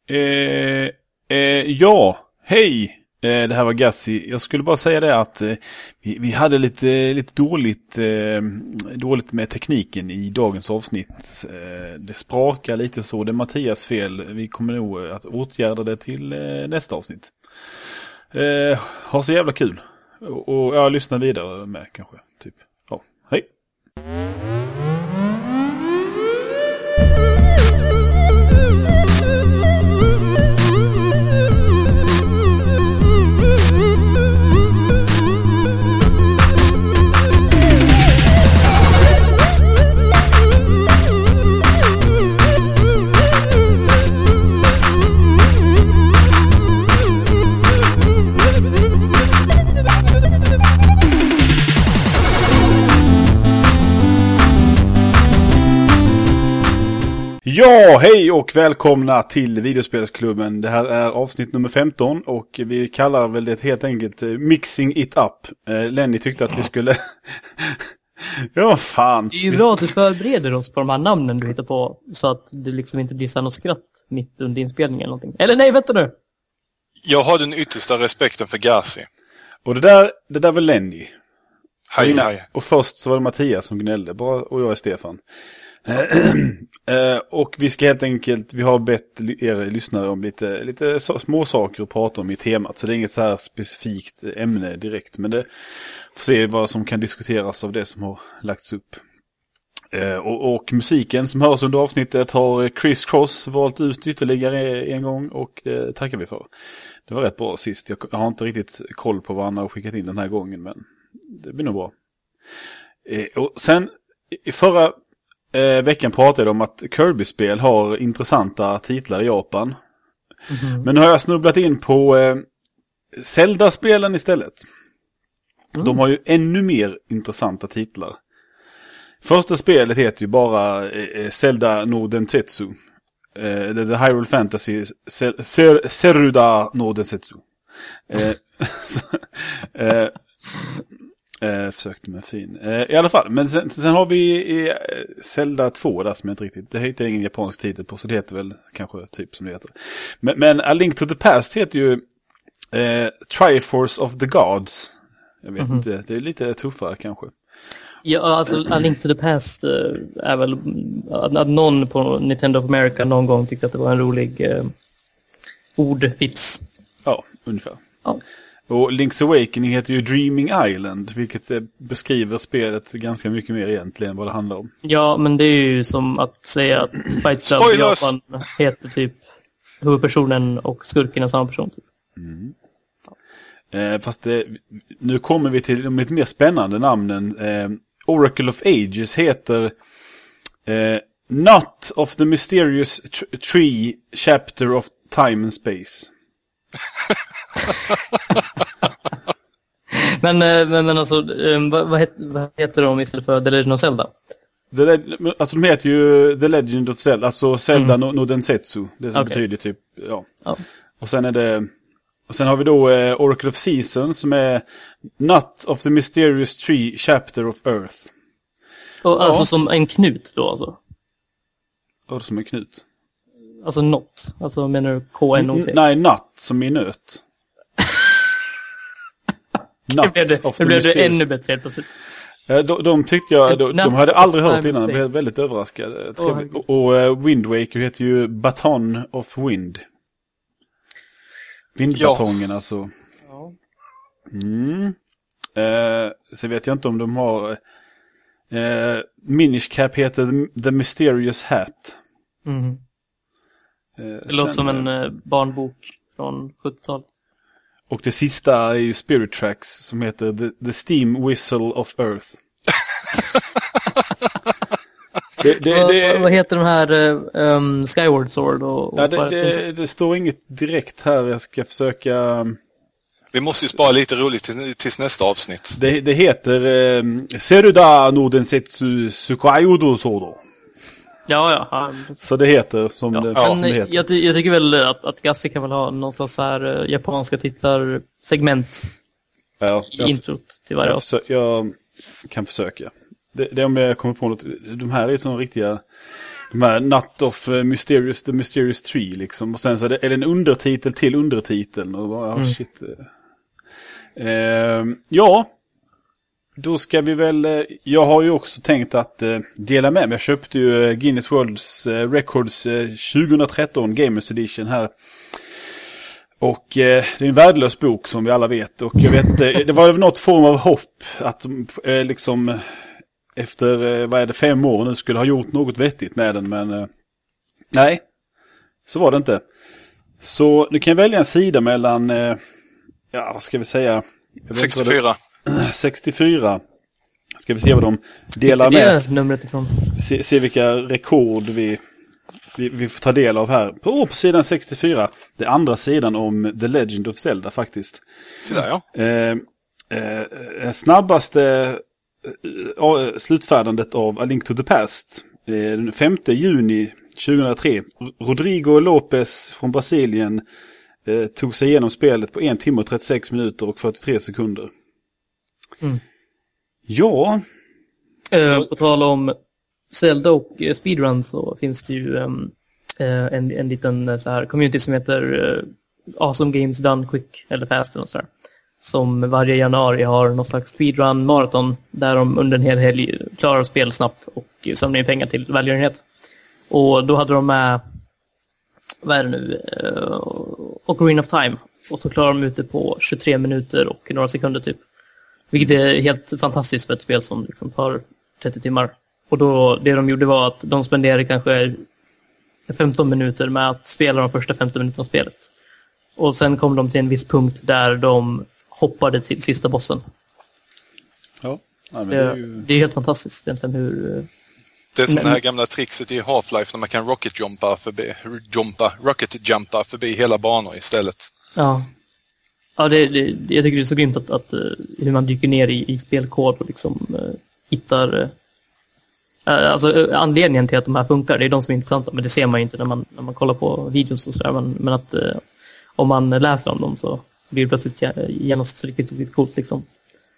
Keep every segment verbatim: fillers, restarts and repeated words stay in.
Eh, eh, ja, hej. Eh, det här var Gassi. Jag skulle bara säga det att eh, vi, vi hade lite, lite dåligt, eh, dåligt med tekniken i dagens avsnitt. Eh, det sprakar lite så. Det är Mattias fel. Vi kommer nog att åtgärda det till eh, nästa avsnitt. Eh, ha så jävla kul. Och, och jag lyssnar vidare med kanske. Typ. Ja, hej. Ja, hej och välkomna till Videospelsklubben. Det här är avsnitt nummer femton och vi kallar väl det helt enkelt Mixing It Up. Eh, Lenny tyckte att vi skulle... ja, fan. Det är ju bra att du förbereder oss på de här namnen du hittar på så att det liksom inte blir så något skratt mitt under inspelningen eller någonting. Eller nej, vänta nu. Jag har den yttersta respekten för Gassi. Och det där, det där var Lenny. Hej, hej. Och först så var det Mattias som gnällde, bara, och jag är Stefan. Uh, och vi ska helt enkelt, vi har bett er lyssnare om lite, lite små saker att prata om i temat. Så det är inget så här specifikt ämne direkt. Men det får se vad som kan diskuteras av det som har lagts upp. Uh, och, och musiken som hörs under avsnittet har Chris Cross valt ut ytterligare en gång. Och det tackar vi för. Det var rätt bra sist. Jag, jag har inte riktigt koll på vad han har skickat in den här gången. Men det blir nog bra. Uh, och sen i förra... Eh, veckan pratade jag om att Kirby-spel har intressanta titlar i Japan. Mm-hmm. Men nu har jag snubblat in på eh, Zelda-spelen istället. Mm. De har ju ännu mer intressanta titlar. Första spelet heter ju bara eh, Zelda no Densetsu. Eh, The Hyrule Fantasy Ser- Ser- Seruda no Densetsu. Eh, så, eh, Eh, försökte med fin. Eh, I alla fall, men sen, sen har vi eh, Zelda två där som jag inte riktigt, det heter ingen japansk titel på, så det heter väl kanske typ som det heter. Men, men A Link to the Past heter ju eh, Triforce of the Gods. Jag vet mm-hmm. inte, det är lite tuffare kanske. Ja, alltså A Link to the Past eh, är väl att någon på Nintendo of America någon gång tyckte att det var en rolig eh, ordvits. Ja, ungefär. Ja. Och Link's Awakening heter ju Dreaming Island, vilket beskriver spelet ganska mycket mer egentligen än vad det handlar om. Ja, men det är ju som att säga att Fight Club i Japan heter typ huvudpersonen och skurken är samma person. Typ. Mm. Eh, fast det, nu kommer vi till de lite mer spännande namnen. Eh, Oracle of Ages heter eh, Not of the Mysterious tr- Tree Chapter of Time and Space. men, men, men alltså, vad, vad, heter, vad heter de istället för The Legend of Zelda? The Le- alltså de heter ju The Legend of Zelda, alltså Zelda mm. no, no Densetsu. Det som okay. betyder typ, ja. ja. Och sen är det, och sen har vi då eh, Oracle of Season som är Not of the Mysterious Tree Chapter of Earth. Och, ja. Alltså som en knut då alltså? Vad är det som en knut? Alltså not, alltså menar du K N O T? Nej, not som i nöt. Not blev det, of the blev det ännu bättre helt plötsligt. De, de tyckte jag, de, de hade aldrig hört innan, de blev väldigt överraskade. Oh, och och uh, Wind Waker heter ju Baton of Wind. Vindbatongen ja. Alltså. Ja. Mm. Uh, så vet jag inte om de har... Uh, Minish Cap heter The Mysterious Hat. Mm. Uh, det låter som en uh, barnbok från sjuttiotalet. Och det sista är ju Spirit Tracks som heter The, the Steam Whistle of Earth. det, det, vad, det, vad heter de här um, Skyward Sword? Och, och ja, det, det, det står inget direkt här. Jag ska försöka... Vi måste ju spara lite roligt tills, tills nästa avsnitt. Det, det heter um, Seruda no Densetsu Sukaiudo Sodo. Ja, ja. ja. Så det heter som, ja. det, ja. som det heter. Jag, jag tycker väl att, att Gassi kan väl ha något slags så här uh, japanska titlar segment ja, i introt till varje jag, försö- jag kan försöka. Det, det är om jag kommer på något. De här är sådana riktiga... De här Nut of Mysterious, The Mysterious Tree liksom. Och sen så är det, är det en undertitel till undertiteln. Och bara, oh, mm. shit. Eh, ja, då ska vi väl... Jag har ju också tänkt att eh, dela med mig. Jag köpte ju Guinness World eh, Records eh, tjugohundratretton Gamers Edition här. Och eh, det är en värdelös bok som vi alla vet. Och jag vet inte, det var ju något form av hopp att eh, liksom... Efter, vad är det, fem år nu skulle ha gjort något vettigt med den, men eh, nej, så var det inte. Så du kan välja en sida mellan, eh, ja, vad ska vi säga? sextiofyra. Det, sextiofyra. Ska vi se vad de delar med sig. Numret ifrån. Se, se vilka rekord vi, vi, vi får ta del av här. På, på sidan sextiofyra, det andra sidan om The Legend of Zelda faktiskt. Så där, ja. Eh, eh, snabbaste... slutfärdandet av A Link to the Past den femte juni tjugohundratre. Rodrigo Lopez från Brasilien eh, tog sig igenom spelet på en timme och trettiosex minuter och fyrtiotre sekunder. Mm. Ja. Eh, på tal om Zelda och eh, speedrun så finns det ju um, eh, en, en liten så här community som heter eh, Awesome Games Done Quick eller Fast och så här. Som varje januari har någon slags speedrun-maraton där de under en hel helg klarar spel snabbt och samlar in pengar till välgörenhet. Och då hade de med, vad är det nu, uh, Ocarina of Time. Och så klarar de ut det på tjugotre minuter och några sekunder typ. Vilket är helt fantastiskt för ett spel som liksom tar trettio timmar. Och då, det de gjorde var att de spenderade kanske femton minuter med att spela de första femton minuterna av spelet. Och sen kom de till en viss punkt där de hoppade till sista bossen. Ja, ja men det, det, är ju... det är helt fantastiskt egentligen hur... Det är som men... det här gamla trixet i Half-Life när man kan rocket jumpa förbi, jumpa, rocket jumpa förbi hela banor istället. Ja, ja det, det, jag tycker det är så grymt att, att hur man dyker ner i, i spelkod och liksom uh, hittar... Uh, alltså anledningen till att de här funkar, det är de som är intressanta, men det ser man ju inte när man, när man kollar på videos och sådär. Men, men att uh, om man läser om dem så blir det plötsligt genast riktigt, riktigt coolt liksom.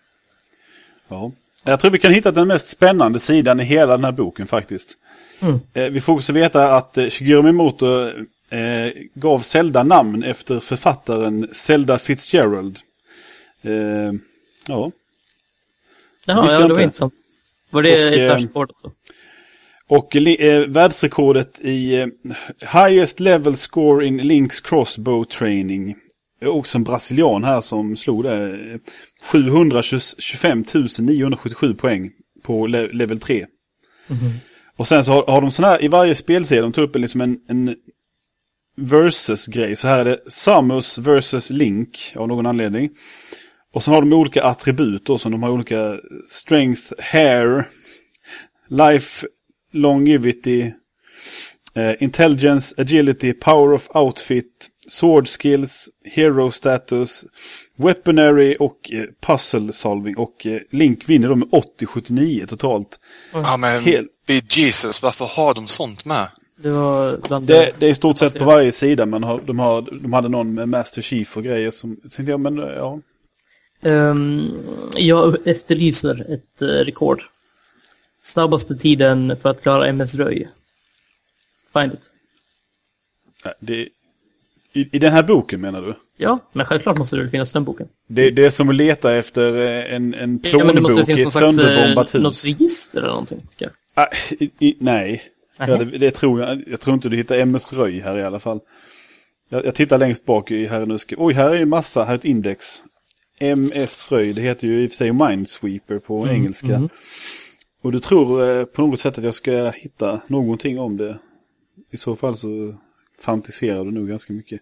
Ja. Jag tror vi kan hitta den mest spännande sidan i hela den här boken faktiskt. Mm. Eh, vi får också veta att eh, Shigeru Miyamoto eh, gav Zelda namn efter författaren Zelda Fitzgerald. Eh, ja. Jaha, ja, det var intressant. Var det och, ett världsrekord alltså? Och eh, världsrekordet i eh, highest level score in Link's crossbow training. Också en brasilian här som slog det. sjuhundratjugofem tusen niohundrasjuttiosju poäng på le- level tre. Mm-hmm. Och sen så har, har de sån här, i varje spelserie, de tar upp en, liksom en, en versus-grej. Så här är det Samus versus Link av någon anledning. Och sen har de olika attribut då, som de har olika strength, hair, life, longevity, eh, intelligence, agility, power of outfit, sword skills, hero status, weaponry och eh, puzzle solving. Och eh, Link vinner de med åttio sjuttionio totalt. Mm. Ja men, Hel- be Jesus, varför har de sånt med? Det, var bland det, det är i stort sett på varje sida, men har, de, har, de hade någon med Master Chief och grejer som, tänkte jag, men ja. Um, jag efterlyser ett uh, rekord. Snabbaste tiden för att klara M S Röj. Find it. Det, i, I den här boken menar du? Ja, men självklart måste det finnas den boken. Det, det är som att leta efter en, en plånbok ja, i ett sönderbombat hus. Något register eller någonting. Ah, i, i, nej, ja, det, det tror jag. Jag tror inte du hittar M S Röj här i alla fall. Jag, jag tittar längst bak i här nu. Oj, här är ju massa, här är ett index. M S Röj, det heter ju i och för sig Minesweeper på mm, engelska. Mm. Och du tror eh, på något sätt att jag ska hitta någonting om det. I så fall så fantiserar du nog ganska mycket.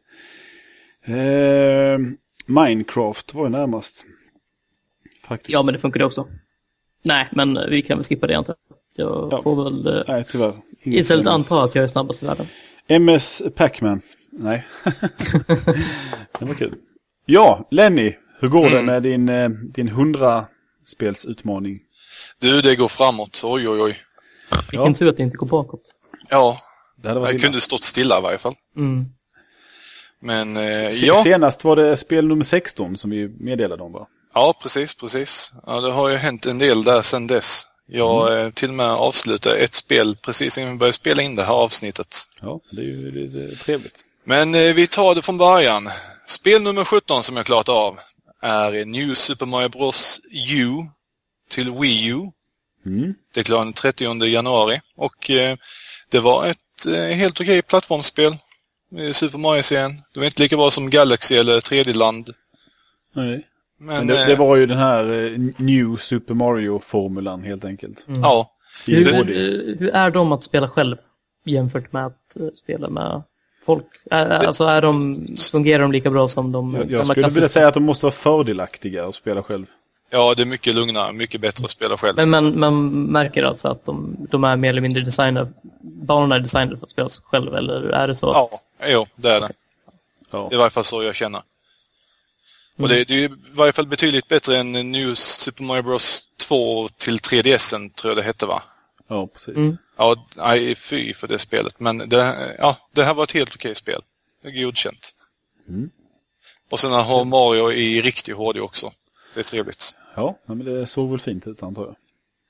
Eh, Minecraft var ju närmast. Faktiskt. Ja, men det funkar det också. Nej, men vi kan väl skippa det antar jag. Jag ja. får väl... Eh, Nej, tyvärr. Istället anta att jag är snabbast i världen. M S Pac-Man. Nej. Det var kul. Ja, Lenny. Hur går det med din, din hundra-spelsutmaning? Du, det går framåt. Oj, oj, oj. Vilken ja. tur att det inte går bakåt. Ja, det hade varit jag illa. kunde stått stilla i varje fall. Mm. Men, eh, S- ja. Senast var det spel nummer sexton som vi meddelade om, va? Ja, precis, precis. Ja, det har ju hänt en del där sedan dess. Jag mm. till och med avslutade ett spel precis innan vi började spela in det här avsnittet. Ja, det är ju det är trevligt. Men eh, vi tar det från början. Spel nummer sjutton som jag klarat av är New Super Mario Bros. U till Wii U. Mm. Det klarade den trettionde januari. Och eh, det var ett eh, helt okej plattformsspel i Super Mario-serien. Det var inte lika bra som Galaxy eller tre D-land. Nej. Men, Men det, det var ju den här eh, New Super Mario-formulan helt enkelt. Mm. Ja. Hur, hur är de att spela själv jämfört med att uh, spela med folk? Är, det, alltså är de, fungerar de lika bra som de... Jag, jag skulle vilja säga att de måste vara fördelaktiga att spela själv. Ja, det är mycket lugnare, mycket bättre att spela själv. Men man, man märker alltså att de, de är mer eller mindre designade, banorna är designade för att spela sig själv, eller är det så? Ja, att... jo, det är det. Ja. Det är i varje fall så jag känner. Och det, det är i varje fall betydligt bättre än New Super Mario Bros. två till tre D S-en, tror jag det hette, va? Ja, precis. Mm. Ja, nej, fy för det spelet. Men det, ja, det här var ett helt okej spel. Det är godkänt. Mm. Och sen har Mario i riktig H D också. Det är trevligt. Ja, men det såg väl fint ut, antar jag.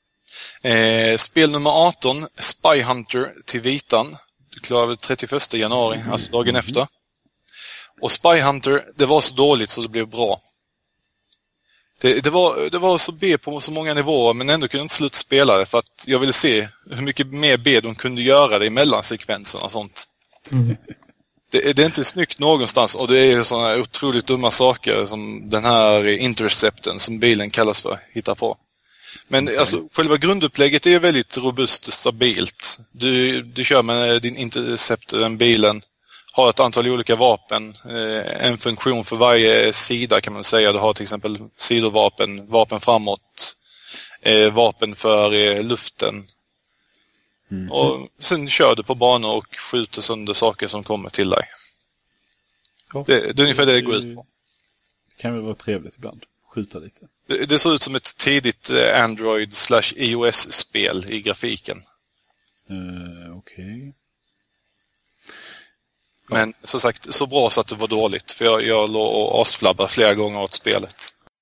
Eh, spel nummer arton, Spy Hunter till Vitan. Det klarade trettioförsta januari, mm. alltså dagen mm. efter. Och Spy Hunter, det var så dåligt så det blev bra. Det, det, var, det var så B på så många nivåer, men ändå kunde jag inte sluta spela det för att jag ville se hur mycket mer B de kunde göra det i mellansekvenserna och sånt. Mm. Det, det är inte snyggt någonstans, och det är sådana otroligt dumma saker som den här intercepten som bilen kallas för, hittar på. Men mm. alltså, själva grundupplägget är väldigt robust och stabilt. Du, du kör med din interceptor, den bilen, har ett antal olika vapen, eh, en funktion för varje sida kan man säga. Du har till exempel sidovapen, vapen framåt, eh, vapen för eh, luften. Mm. Och sen kör du på banor och skjuter sönder saker som kommer till dig. Ja. Det, det är ungefär det det går ut på. Det kan väl vara trevligt ibland, skjuta lite. Det, det ser ut som ett tidigt eh, Android slash iOS-spel i grafiken. Uh, Okej. Okay. Men som sagt, så bra så att det var dåligt. För jag, jag låg och asflabbade flera gånger åt spelet.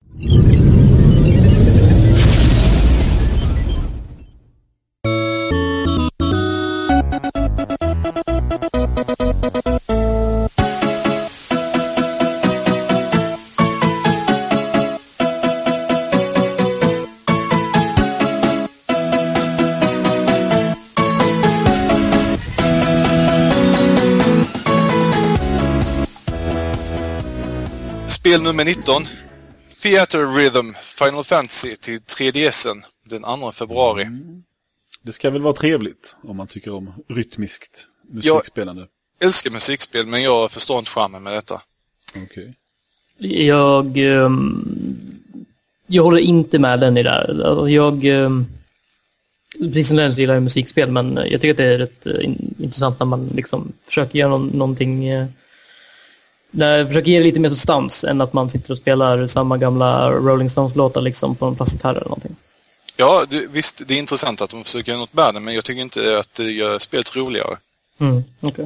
Spel nummer nitton. Theater Rhythm Final Fantasy till tre D S-en den andra februari. Mm. Det ska väl vara trevligt om man tycker om rytmiskt musikspelande. Jag älskar musikspel, men jag förstår inte charmen med detta. Okej. Okay. Jag um, jag håller inte med den i där. Jag um, precis som den så gillar jag musikspel, men jag tycker att det är rätt uh, intressant när man liksom försöker göra någon, någonting uh, när jag försöker ge det lite mer substans än att man sitter och spelar samma gamla Rolling Stones-låtar liksom på en plastgitarr eller någonting. Ja, det, visst, det är intressant att de försöker göra något med det, men jag tycker inte att det gör spelet roligare. Mm, okej. Okay.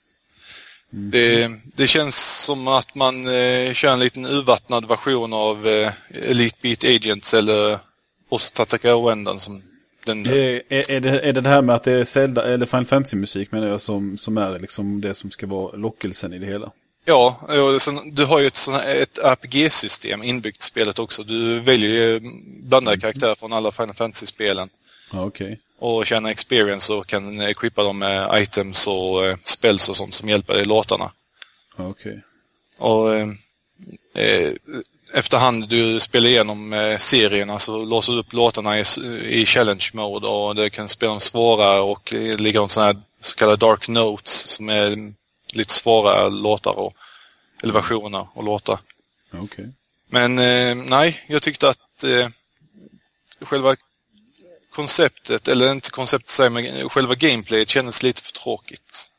Mm. Det, det känns som att man eh, kör en liten urvattnad version av eh, Elite Beat Agents eller Oss Tataka Wendan som den... Är, är, det, är det det här med att det är Zelda eller Final Fantasy-musik menar jag som, som är liksom det som ska vara lockelsen i det hela? Ja, och sen, du har ju ett, sån här, ett R P G-system inbyggt i spelet också. Du väljer blandade karaktärer från alla Final Fantasy-spelen. Ja, okej. Okay. Och tjäna experience och kan equippa dem med items och eh, spells och sånt som hjälper dig i låtarna. Ja, okej. Okay. Och eh, efterhand du spelar igenom eh, serierna så låser du upp låtarna i, i challenge mode och det kan spela dem svårare och eh, ligger en sån här så kallade dark notes som är lite svåra låtar och eller versioner och låtar. Okay. Men eh, nej, jag tyckte att eh, själva konceptet, eller inte konceptet säger, men själva gameplayet kändes lite för tråkigt.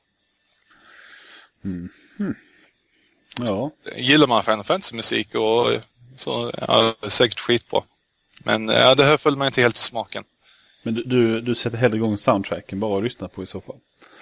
Mm. Hmm. Ja. Gillar man Final Fantasy-musik och så ja, säkert skitbra. Men ja, det här föll mig inte helt i smaken. Men du, du, du sätter hellre igång soundtracken bara och lyssnar på i så fall?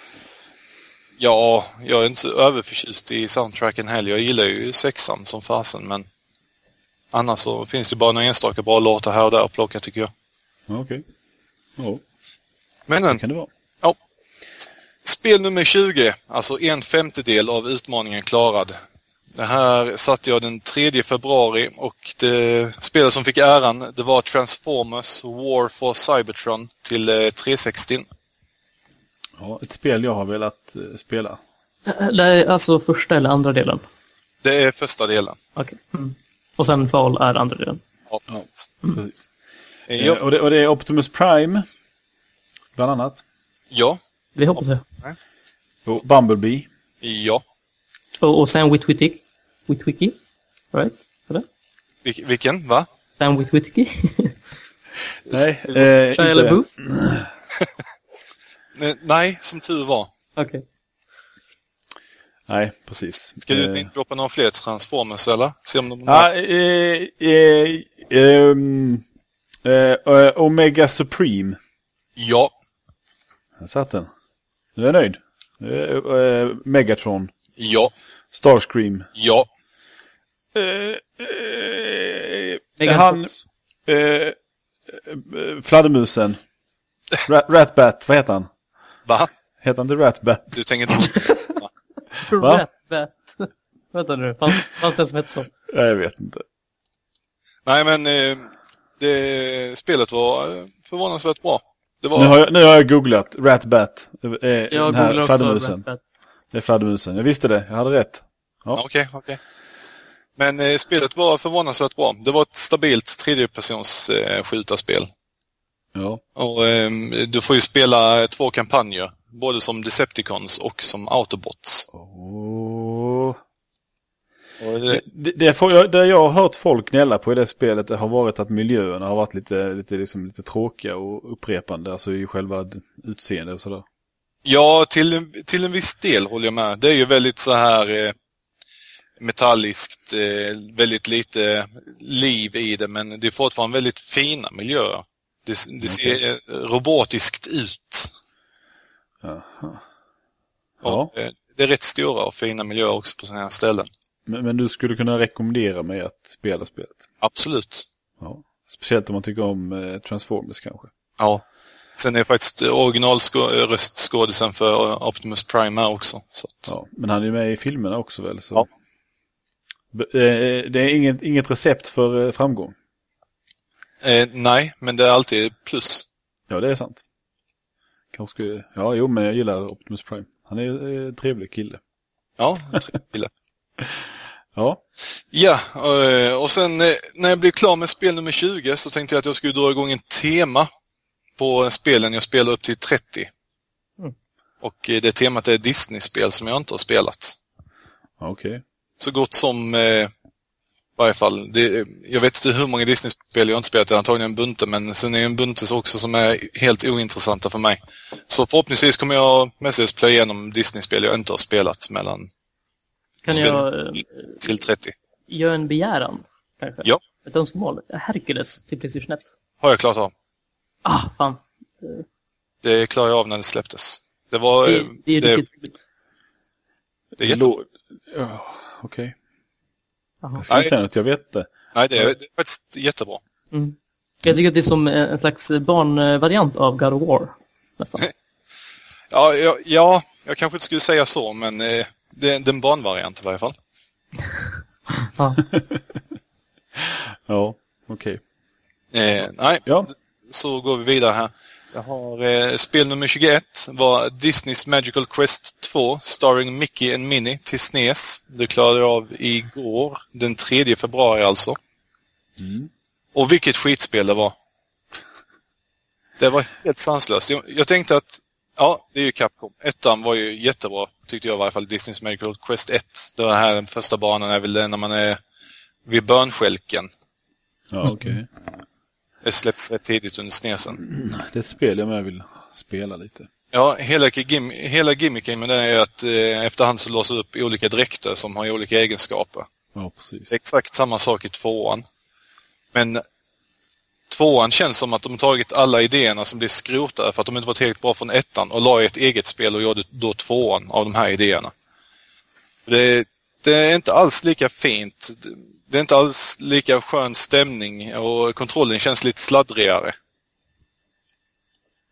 Ja, jag är inte så överförtjust i soundtracken heller. Jag gillar ju sexan som fasen, men annars så finns det bara några enstaka bra låtar här och där att plocka tycker jag. Okej. Okay. Ja, Men, det men kan det vara. ja. Spel nummer tjugo, alltså en femtedel av utmaningen klarad. Det här satte jag den tredje februari och det spelet som fick äran, det var Transformers War for Cybertron till eh, trehundrasextio. Ja, ett spel jag har velat eh, spela. Det är alltså första eller andra delen? Det är första delen. Okej. Mm. Och sen Fall är andra delen? Ja, Ja, precis. precis. Eh, Eh, och, det, och det är Optimus Prime, bland annat. Ja. Det hoppas jag. Och Bumblebee. Ja. Och, och Sam Witwicky? Witwicky? Right? Eller? Vil- vilken? Va? Sam Witwicky? Nej, eh, Shia inte det. LaBeouf? Ne- Nej, som tur var. Okej. Nej, precis. Ska du Eh, inte droppa några fler Transformers eller? Se om de... Ja, eh, eh, ehm, eh, Omega Supreme. Ja. Där satt den. Nu är jag nöjd. Eh, eh, Megatron. Ja. Starscream. Ja. Eh, eh, Megan han... Fox. Eh, eh, fladdermusen. Rat, Ratbat, vad heter han? Va? Heter han inte Ratbat? Du tänker inte... Va? Rat-Bat. Vänta nu, fanns, fanns det en som hette så? Nej, jag vet inte. Nej, men eh, det, spelet var eh, förvånansvärt bra. Det var... Nu har jag, nu har jag googlat Ratbat. Eh, Jag den här googlar också fladdermusen. Rat-Bat. Det är fladdermusen. Jag visste det, jag hade rätt. Ja, okej, okej. Men eh, spelet var förvånansvärt bra. Det var ett stabilt tredjepersons eh, skjutarspel. Ja. Och eh, du får ju spela två kampanjer. Både som Decepticons och som Autobots. Oh. Och Det, det, det, det, får jag, det jag har hört folk gnälla på i det spelet, det har varit att miljöerna har varit lite, lite, liksom, lite tråkiga och upprepande. Alltså i själva utseende och sådär. ja, till, en- till en viss del håller jag med. Det är ju väldigt så här eh, metalliskt, eh, väldigt lite liv i det, men det är fortfarande väldigt fina miljöer. Det, det ser eh, robotiskt ut. Jaha. Och, eh, det är rätt stora och fina miljöer också på sådana här ställen. Men, men du skulle kunna rekommendera mig att spela spelet? Absolut. Ja. Speciellt om man tycker om eh, Transformers kanske. Ja. Sen är faktiskt originalröstskådisen för Optimus Prime här också. Så att, Ja. Men han är med i filmerna också väl? Så. Ja. B- eh, det är inget, inget recept för eh, framgång. eh, nej, men det är alltid plus. Ja, det är sant. Kanske skulle... Ja, jo, men jag gillar Optimus Prime. Han är ju en trevlig kille. Ja, trevlig kille. Ja. Ja, eh, och sen eh, när jag blev klar med spel nummer tjugo så tänkte jag att jag skulle dra igång en tema på spelen jag spelar upp till trettio. Mm. Och eh, det temat är Disney-spel som jag inte har spelat. Okej. Okay. Så gott som, eh, i varje fall, det, jag vet inte hur många Disney-spel jag har inte spelat, jag har antagligen en bunte, men sen är det en bunte också som är helt ointressanta för mig. Så förhoppningsvis kommer jag mestadels plöja igenom Disney-spel jag inte har spelat mellan Kan spel jag eh, till trettio. göra en begäran? Kanske? Ja. Ett önskemål? Hercules till PlayStation ett. Har jag klart av. Ah, fan. Det klarade jag av när det släpptes. Det var... Det, eh, det är det, riktigt roligt. det är jättebra. Lå- Ja, okej. Jaha. Jag ska inte säga något, jag vet det. Nej, det är, det är faktiskt jättebra. Mm. Jag tycker att det är som en slags barnvariant av God of War. Nästan. Ja, ja, ja, jag kanske inte skulle säga så, men eh, det, det är en barnvariant i varje fall. Ja. Ja, okej. Eh, nej, Ja. så går vi vidare här. Jag har eh, spel nummer tjugoett var Disneys Magical Quest två starring Mickey and Minnie till S N E S. Det klarade jag av igår, den tredje februari alltså. Mm. Och vilket skitspel det var. Det var helt sanslöst. Jag, jag tänkte att, ja, det är ju Capcom. Ettan var ju jättebra, tyckte jag i varje fall. Disneys Magical Quest ett. Det här den första banan är väl när man är vid börnskälken. Ja, okej. Det släpps rätt tidigt under snesen. Det är ett spel jag med vill spela lite. Ja, hela, gim hela gimmicken med det är att eh, efterhand så låser upp olika dräkter som har olika egenskaper. Ja, precis. Det är exakt samma sak i tvåan. Men tvåan känns som att de har tagit alla idéerna som blir skrotade för att de inte var tillräckligt bra från ettan och la i ett eget spel och gjorde då tvåan av de här idéerna. Det, det är inte alls lika fint. Det är inte alls lika skön stämning och kontrollen känns lite sladdrigare.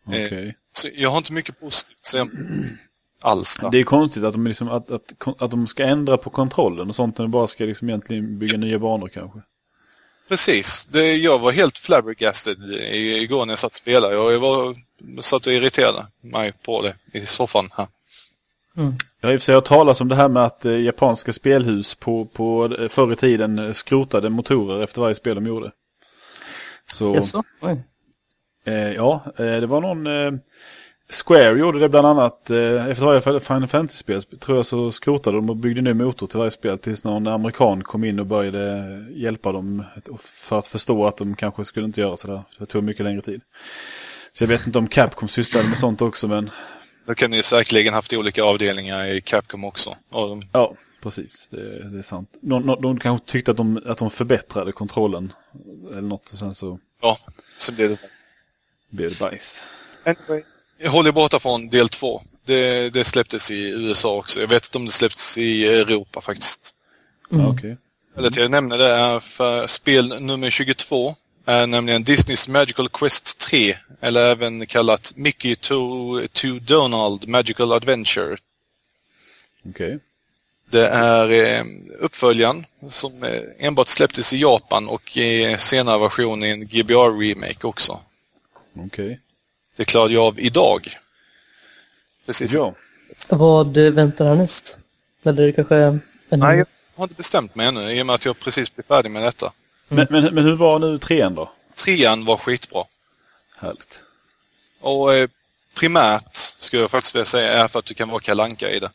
Okej. Okay. Så jag har inte mycket positivt att säga alls. Då. Det är konstigt att de, liksom, att, att, att de ska ändra på kontrollen och sånt när de bara ska liksom egentligen bygga nya banor kanske. Precis. Det, jag var helt flabbergasted igår när jag satt och spelade. Jag var satt och irriterade mig på det i soffan här. Mm. Jag har i och för sig hört talas om det här med att eh, japanska spelhus på, på förr i tiden skrotade motorer efter varje spel de gjorde. Så, yes, so. eh, ja, eh, det var någon... Eh, Square gjorde det bland annat eh, efter varje Final Fantasy-spel, tror jag, så skrotade de och byggde ny motor till varje spel tills någon amerikan kom in och började hjälpa dem för att förstå att de kanske skulle inte göra sådär. Det tog mycket längre tid. Så jag vet inte om Capcom sysslade med sånt också, men... Då kan ni säkerligen haft olika avdelningar i Capcom också. De... Ja, precis. Det, det är sant. De, de, de kanske tyckte att de, att de förbättrade kontrollen eller något, och sen så... Ja, så blev det... blev det bajs. Anyway. Jag håller borta från del två. Det, det släpptes i U S A också. Jag vet inte om det släpptes i Europa faktiskt. Mm. Ja, okej. Eller till jag nämner det är för spel nummer tjugotvå är nämligen Disneys Magical Quest tre, eller även kallat Mickey to, to Donald Magical Adventure. Okej. Okay. Det är eh, uppföljaren som eh, enbart släpptes i Japan och i senare version i en G B R-remake också. Okej. Okay. Det klarade jag av idag. Precis. Ja. Vad väntar härnäst? Eller kanske... En... Nej, jag har inte bestämt mig ännu i och med att jag precis blev färdig med detta. Mm. Men, men, men hur var nu trean då? Trean var skitbra. Härligt. Och eh, primärt, skulle jag faktiskt vilja säga, är för att du kan vara kalanka i det.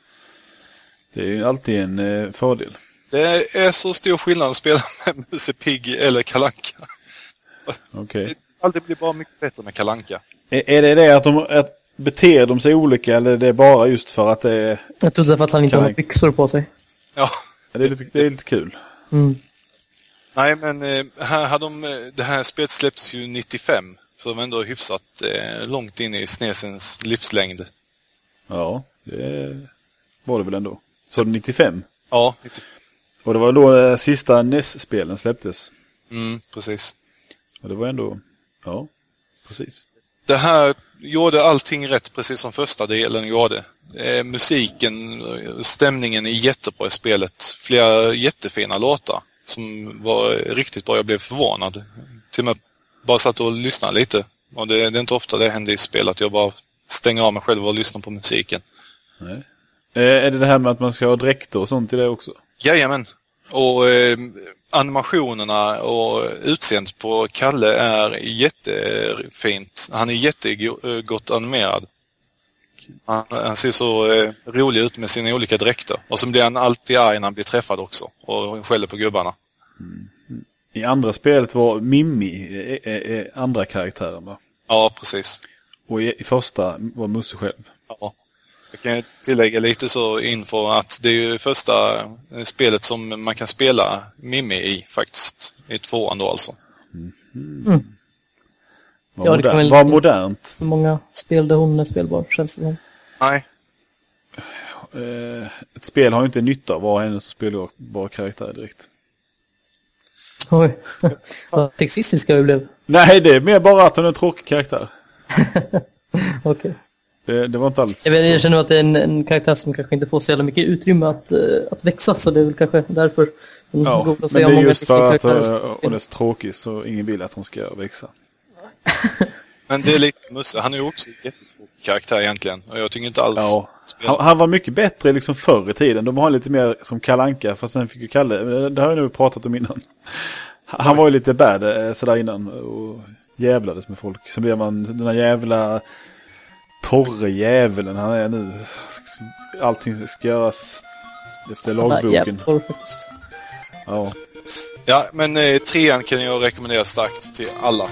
Det är ju alltid en eh, fördel. Det är så stor skillnad att spela med Musse Pigg eller kalanka. Okej. Okay. Alltid blir bara mycket bättre med kalanka. Är, är det det att de att beter de sig olika, eller är det bara just för att det är... Jag trodde för att han inte har byxor på sig. Ja. Det är lite, det är lite kul. Mm. Nej, men här hade de, det här spelet släpptes ju nittiofem. Så de var ändå hyfsat eh, långt in i SNESens livslängd. Ja, det var det väl ändå. Så nittiofem? Ja, nittiofem. Och det var då eh, sista N E S-spelen släpptes. Mm, precis. Och det var ändå... Ja, precis. Det här gjorde allting rätt, precis som första delen gjorde. Eh, musiken, stämningen är jättebra i spelet. Flera jättefina låtar som var riktigt bra. Jag blev förvånad. Till och med bara satt och lyssnade lite. Och det, det är inte ofta det händer i spel att jag bara stänger av mig själv och lyssnar på musiken. Nej. Eh, är det det här med att man ska ha dräkter och sånt i det också? Jajamän. Och eh, animationerna och utseendet på Kalle är jättefint. Han är jättegott animerad. Han, han ser så eh, rolig ut med sina olika dräkter. Och så blir han alltid arg när han blir träffad också. Och skäller på gubbarna. Mm. I andra spelet var Mimmi eh, eh, andra karaktären, va? Ja, precis. Och i, i första var Musse själv. Ja. Jag kan tillägga lite så info att det är ju första spelet som man kan spela Mimmi i faktiskt. I tvåan då alltså. Mm. Mm. Var, ja, modern, väl, var modernt. Så många spel där hon är spelbar, känns det som. Nej. Uh, ett spel har ju inte nytta av att vara hennes spelbar karaktär direkt. Oj, vad sexistiska vi blev. Nej, det är mer bara att hon är en tråkig karaktär. Okej. Okay. Det, det var inte alls... Jag, vet, jag känner att det är en, en karaktär som kanske inte får så jävla mycket utrymme att, uh, att växa, så det är väl kanske därför hon ja, går att säga men det är just för att uh, hon är så tråkig så ingen vill att hon ska växa. Men det är lite Musse. Han är ju också en jättetråkig karaktär egentligen. Och jag tycker inte alls... Ja. Han, han var mycket bättre liksom förr i tiden. De har lite mer som Kalanka, fast sen fick ju Kalle. Det har jag nu pratat om innan. Han var ju lite bad sådär innan och jävlades med folk. Så blir man den här jävla torre jävlen han är nu. Allting ska göras efter lagboken. Torr, faktiskt. Ja. Ja, men eh, trean kan jag rekommendera starkt till alla.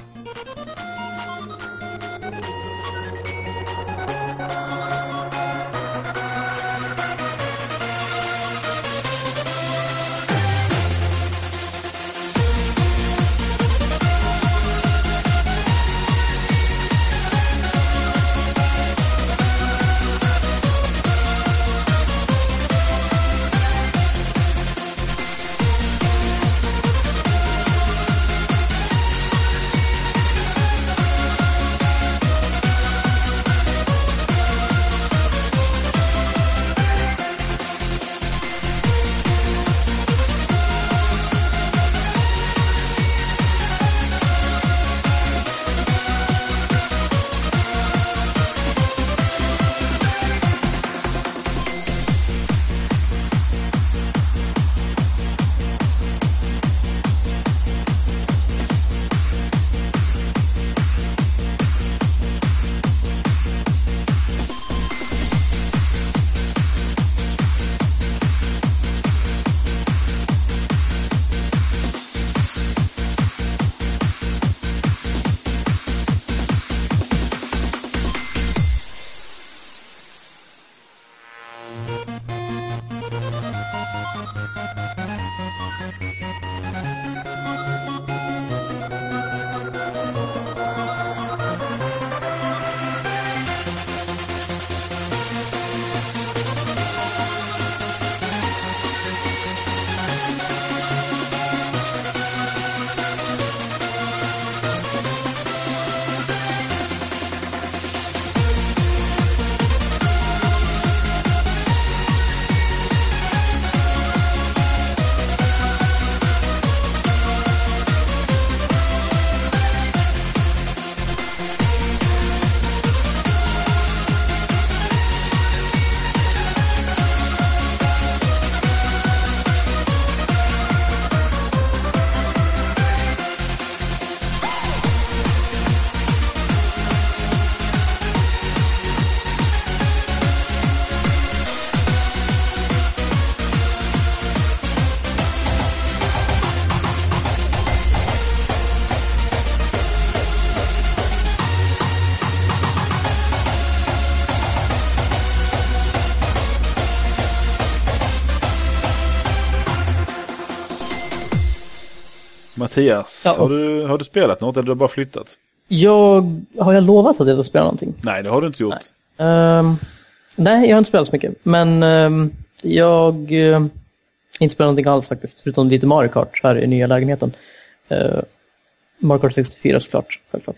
Mattias, Ja. har, du, har du spelat något eller har du bara flyttat? Jag, har jag lovat att jag ska spela någonting? Nej, det har du inte gjort. Nej, um, nej jag har inte spelat så mycket. Men um, jag uh, inte spelat någonting alls faktiskt. Förutom lite Mario Kart här i nya lägenheten. Uh, Mario Kart sextiofyra såklart. Självklart.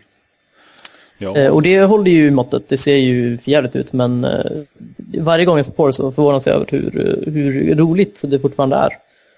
Ja. Uh, och det håller ju måttet. Det ser ju förjävligt ut. Men uh, varje gång jag ser på det så förvånas jag över hur, hur roligt det fortfarande är.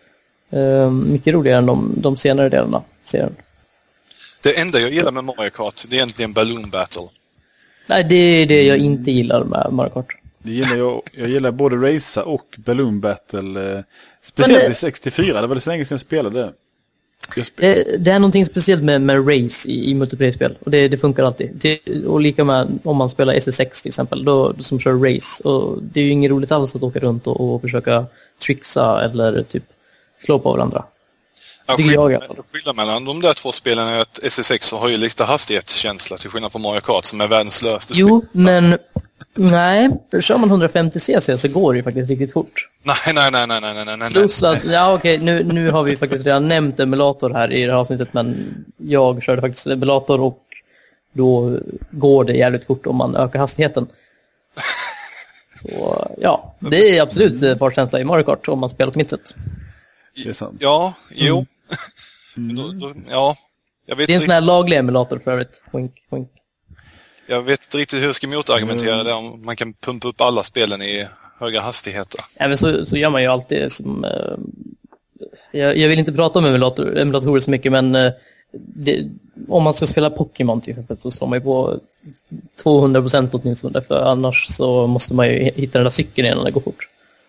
Uh, mycket roligare än de, de senare delarna serien. Det enda jag gillar med Mario Kart, det är egentligen Balloon Battle. Nej, det är det jag inte gillar med Mario Kart. Det gillar jag, jag gillar både Racer och Balloon Battle. Eh, speciellt det, i sextiofyra, det var det så länge sedan jag spelade. Jag spe- det. Det är någonting speciellt med, med race i, i multiplayer-spel. Och det, det funkar alltid. Det, och lika med om man spelar S S sex till exempel, då, som kör race. Och det är ju inget roligt alls att åka runt och, och försöka trixa eller typ slå på varandra. Ja, Det jag i alla fall. skillnad mellan de där två spelen är att S S sex har ju lite hastighetskänsla till skillnad från Mario Kart som är världens slöaste spel. Jo, men nej, kör man hundrafemtio cc så går det ju faktiskt riktigt fort. Nej, nej, nej, nej, nej, nej, nej. Plus att, ja okej, nu, nu har vi faktiskt redan nämnt emulator här i det här avsnittet, men jag körde faktiskt emulator och då går det jävligt fort om man ökar hastigheten. Så ja, det är absolut fartkänsla i Mario Kart om man spelar på mitt sätt. Det är sant. Ja, jo. Mm. då, då, ja. Jag vet, Det är en sån inte, här laglig emulator för övrigt. Wink, wink. jag vet inte riktigt hur jag ska motargumentera det om man kan pumpa upp alla spelen i höga hastigheter. Även så, så gör man ju alltid som... Eh, jag, jag vill inte prata om emulator, emulatorer så mycket, men eh, det, om man ska spela Pokémon till exempel så slår man ju på tvåhundra procent åtminstone, för annars så måste man ju hitta den där cykeln innan det går fort.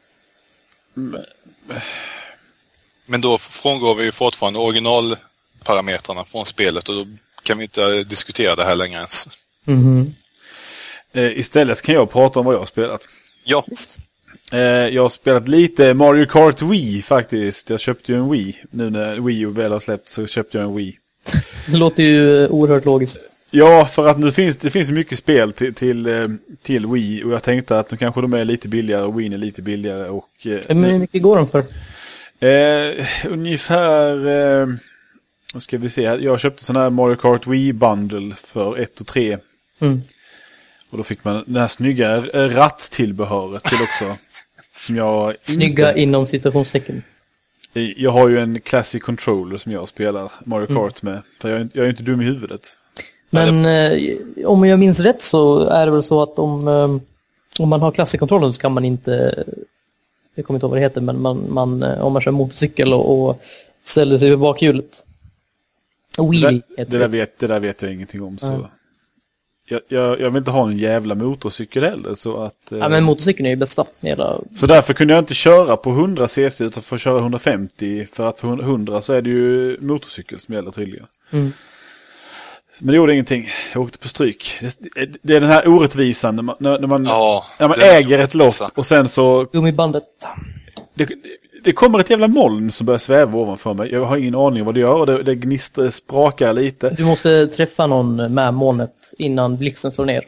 Men då frångår vi ju fortfarande originalparametrarna från spelet och då kan vi inte diskutera det här längre ens. Mm-hmm. Eh, istället kan jag prata om vad jag har spelat. Ja. Eh, jag har spelat lite Mario Kart Wii faktiskt. Jag köpte ju en Wii. Nu när Wii U väl har släppt så köpte jag en Wii. Det låter ju oerhört logiskt. Ja, för att nu finns det finns mycket spel till, till, eh, till Wii. Och jag tänkte att de kanske de är lite billigare och Wii är lite billigare. Och, eh, Men hur mycket går de för? Eh, ungefär, eh, vad ska vi se, jag köpte sån här Mario Kart Wii Bundle för ett och tre. Mm. Och då fick man den här snygga ratt-tillbehöret till också. Som jag Snygga inte, inom citationstecken. jag har ju en Classic Controller som jag spelar Mario Kart med. För jag är, jag är inte dum i huvudet. Men eh, om jag minns rätt så är det väl så att om, eh, om man har Classic-kontrollen så kan man inte... Jag kommer inte ihåg vad det heter, men man, man, om man kör motorcykel och, och ställer sig vid bakhjulet. Wheelie Det, heter det, där vet, det där vet jag ingenting om. Så. Ja. Jag, jag, jag vill inte ha en jävla motorcykel heller. Så, att, eh, Ja, men motorcykeln är ju bästa. Hela... så därför kunde jag inte köra på hundra cc utan för att köra hundrafemtio. För att för hundra så är det ju motorcykel som gäller tydligen. Mm. Men det gjorde ingenting. Jag åkte på stryk. Det, det är den här orättvisan när man, när, när man, Ja, när man den är äger ett lopp orättvisa. och sen så... Gummibandet. Det, det kommer ett jävla moln som börjar sväva ovanför mig. Jag har ingen aning vad det gör och det, det gnistrar, sprakar lite. Du måste träffa någon med molnet innan blixten slår ner.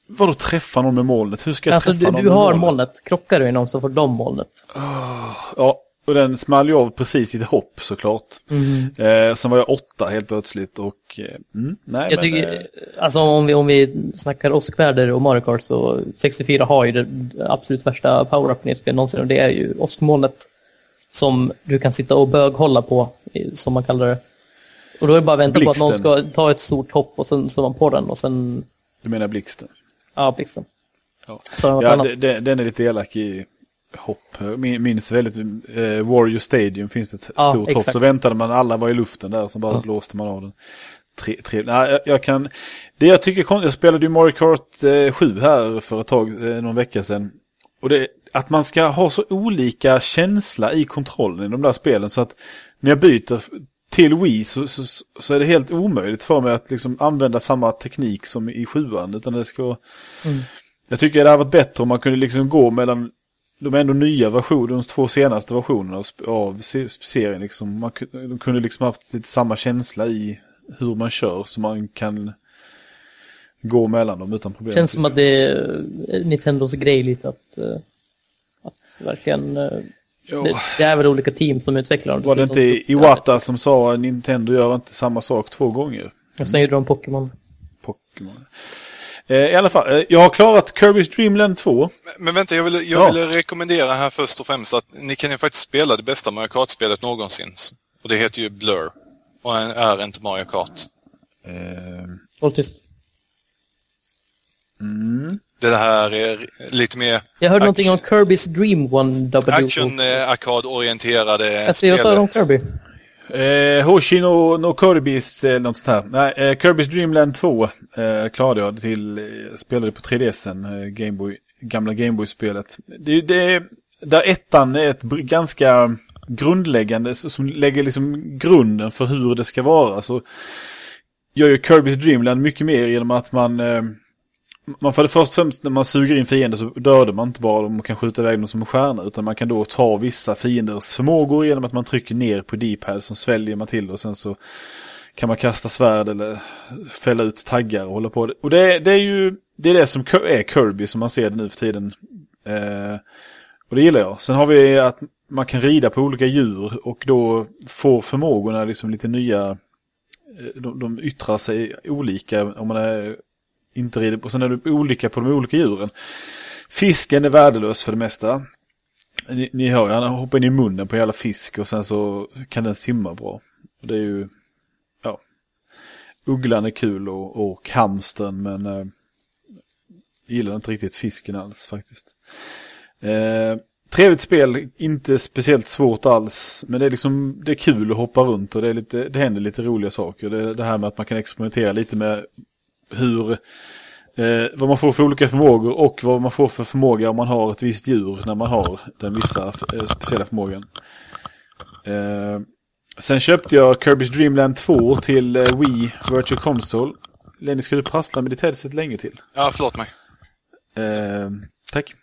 Vadå träffa någon med molnet? Hur ska jag alltså, träffa du, någon du med har molnet? molnet. Krockar du i någon så får de molnet. Oh, ja, och den small ju av precis i ett hopp såklart. Mm. Eh, sen var jag åtta helt plötsligt och eh, mm, nej Jag men... tycker, Eh, alltså om vi, om vi snackar åskväder och Mario Kart så sextiofyra har ju det absolut värsta power-upen i spel någonsin och det är ju åskmolnet som du kan sitta och böghålla på, som man kallar det. Och då är det bara att vänta Blixten. på att någon ska ta ett stort hopp och sen slår man på den och sen... du menar blixten? Ja, blixten. Ja, Så något ja annat. det, det, den är lite elak i hopp. Min, minns väldigt, eh, Warrior Stadium finns det ett Ja, stort exakt. hopp. Så väntade man, alla var i luften där, så bara Ja. blåste man av den. Tre, tre, nej, jag, jag kan... Det jag tycker, kon- jag spelade ju Mario Kart eh, sju här för ett tag, eh, någon vecka sedan. Och det, att man ska ha så olika känsla i kontrollen i de där spelen så att när jag byter till Wii så, så, så är det helt omöjligt för mig att liksom använda samma teknik som i sjuan, utan det ska vara... Mm. Jag tycker det hade varit bättre om man kunde liksom gå mellan de ändå nya versionerna, de två senaste versionerna av, av serien liksom. Man kunde, de kunde liksom haft lite samma känsla i hur man kör så man kan gå mellan dem utan problem. Känns som att det är Nintendos grej lite att, eh, att verkligen... eh, Jo. Det, det är väl olika team som utvecklar dem. Var det inte Iwata som sa att Nintendo gör inte samma sak två gånger? Och sen gjorde de Pokémon. Pokémon. Eh, I alla fall, eh, jag har klarat Kirby's Dream Land två. Men, men vänta, jag vill, jag Ja. vill rekommendera här först och främst att ni kan ju faktiskt spela det bästa Mario Kart-spelet någonsin. Och det heter ju Blur. Och är inte Mario Kart. Eh, Håll tyst. mm. Det här är lite mer Jag hörde action, någonting om Kirby's Dream One W. action-arkad-orienterade Alltså, jag sa om Kirby. Eh, Hoshi no, no Kirby's eller något sånt här. Nej, eh, Kirby's Dream Land två eh, klarade jag till, eh, spelade på tre D S:en, eh, Gameboy, gamla Gameboy-spelet. Det, det, där ettan är ett br- ganska grundläggande, som lägger liksom grunden för hur det ska vara. Så gör ju Kirby's Dream Land mycket mer genom att man... Eh, Man får det först främst när man suger in fiender så dödar man inte bara dem och kan skjuta iväg dem som en stjärna, utan man kan då ta vissa fienders förmågor genom att man trycker ner på D-pad, som sväljer man till och sen så kan man kasta svärd eller fälla ut taggar och hålla på det. Och det, det är ju det är det som är Kirby som man ser det nu för tiden. Eh, och det gillar jag. Sen har vi att man kan rida på olika djur och då får förmågorna liksom lite nya, de, de yttrar sig olika om man är inte rider på. Sen är det olika på de olika djuren. Fisken är värdelös för det mesta. Ni, ni hör, han hoppar in i munnen på hela fisk och sen så kan den simma bra. Och det är ju, ja, ugglan är kul och, och hamstern, men eh, gillar inte riktigt fisken alls faktiskt. Eh, trevligt spel, inte speciellt svårt alls, men det är liksom, det är kul att hoppa runt och det är lite, det händer lite roliga saker. Det, det här med att man kan experimentera lite med hur, eh, vad man får för olika förmågor och vad man får för förmåga om man har ett visst djur när man har den vissa eh, speciella förmågan. Eh, sen köpte jag Kirby's Dream Land två till eh, Wii Virtual Console. Lenny, ska du prassla med ditt headset länge till? Ja, förlåt mig. Eh, tack.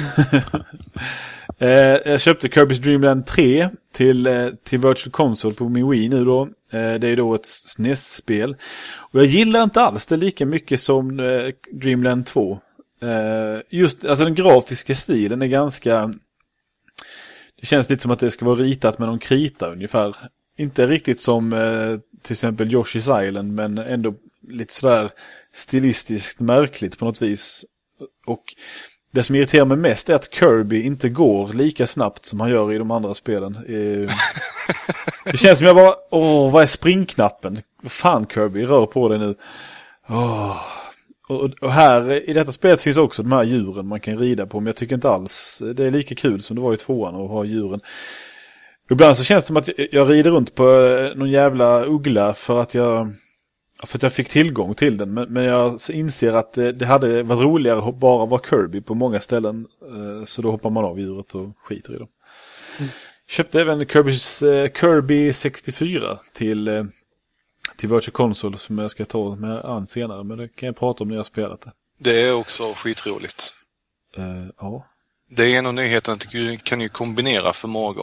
eh, jag köpte Kirby's Dream Land tre till, eh, till Virtual Console på min Wii nu då. Eh, det är då ett S N E S-spel. Och jag gillar inte alls det lika mycket som eh, Dream Land två. Eh, just, alltså den grafiska stilen är ganska... Det känns lite som att det ska vara ritat med någon krita ungefär. Inte riktigt som eh, till exempel Yoshi's Island, men ändå lite sådär stilistiskt märkligt på något vis. Och det som irriterar mig mest är att Kirby inte går lika snabbt som han gör i de andra spelen. Eh, det känns som jag bara, åh, vad är springknappen? Vad fan Kirby, rör på dig nu. Åh. Och, och här i detta spelet finns också de här djuren man kan rida på, men jag tycker inte alls det är lika kul som det var i tvåan att ha djuren. Ibland så känns det som att jag rider runt på någon jävla uggla för att jag för att jag fick tillgång till den, men, men jag inser att det, det hade varit roligare att bara vara Kirby på många ställen, så då hoppar man av djuret och skiter i dem. Mm. Köpte även Kirby's, Kirby sextiofyra till till Virtual Console som jag ska ta med an senare, men det kan jag prata om när jag spelat det. Det är också skitroligt. Uh, ja. Det är en av nyheterna att du kan ju kombinera förmågor.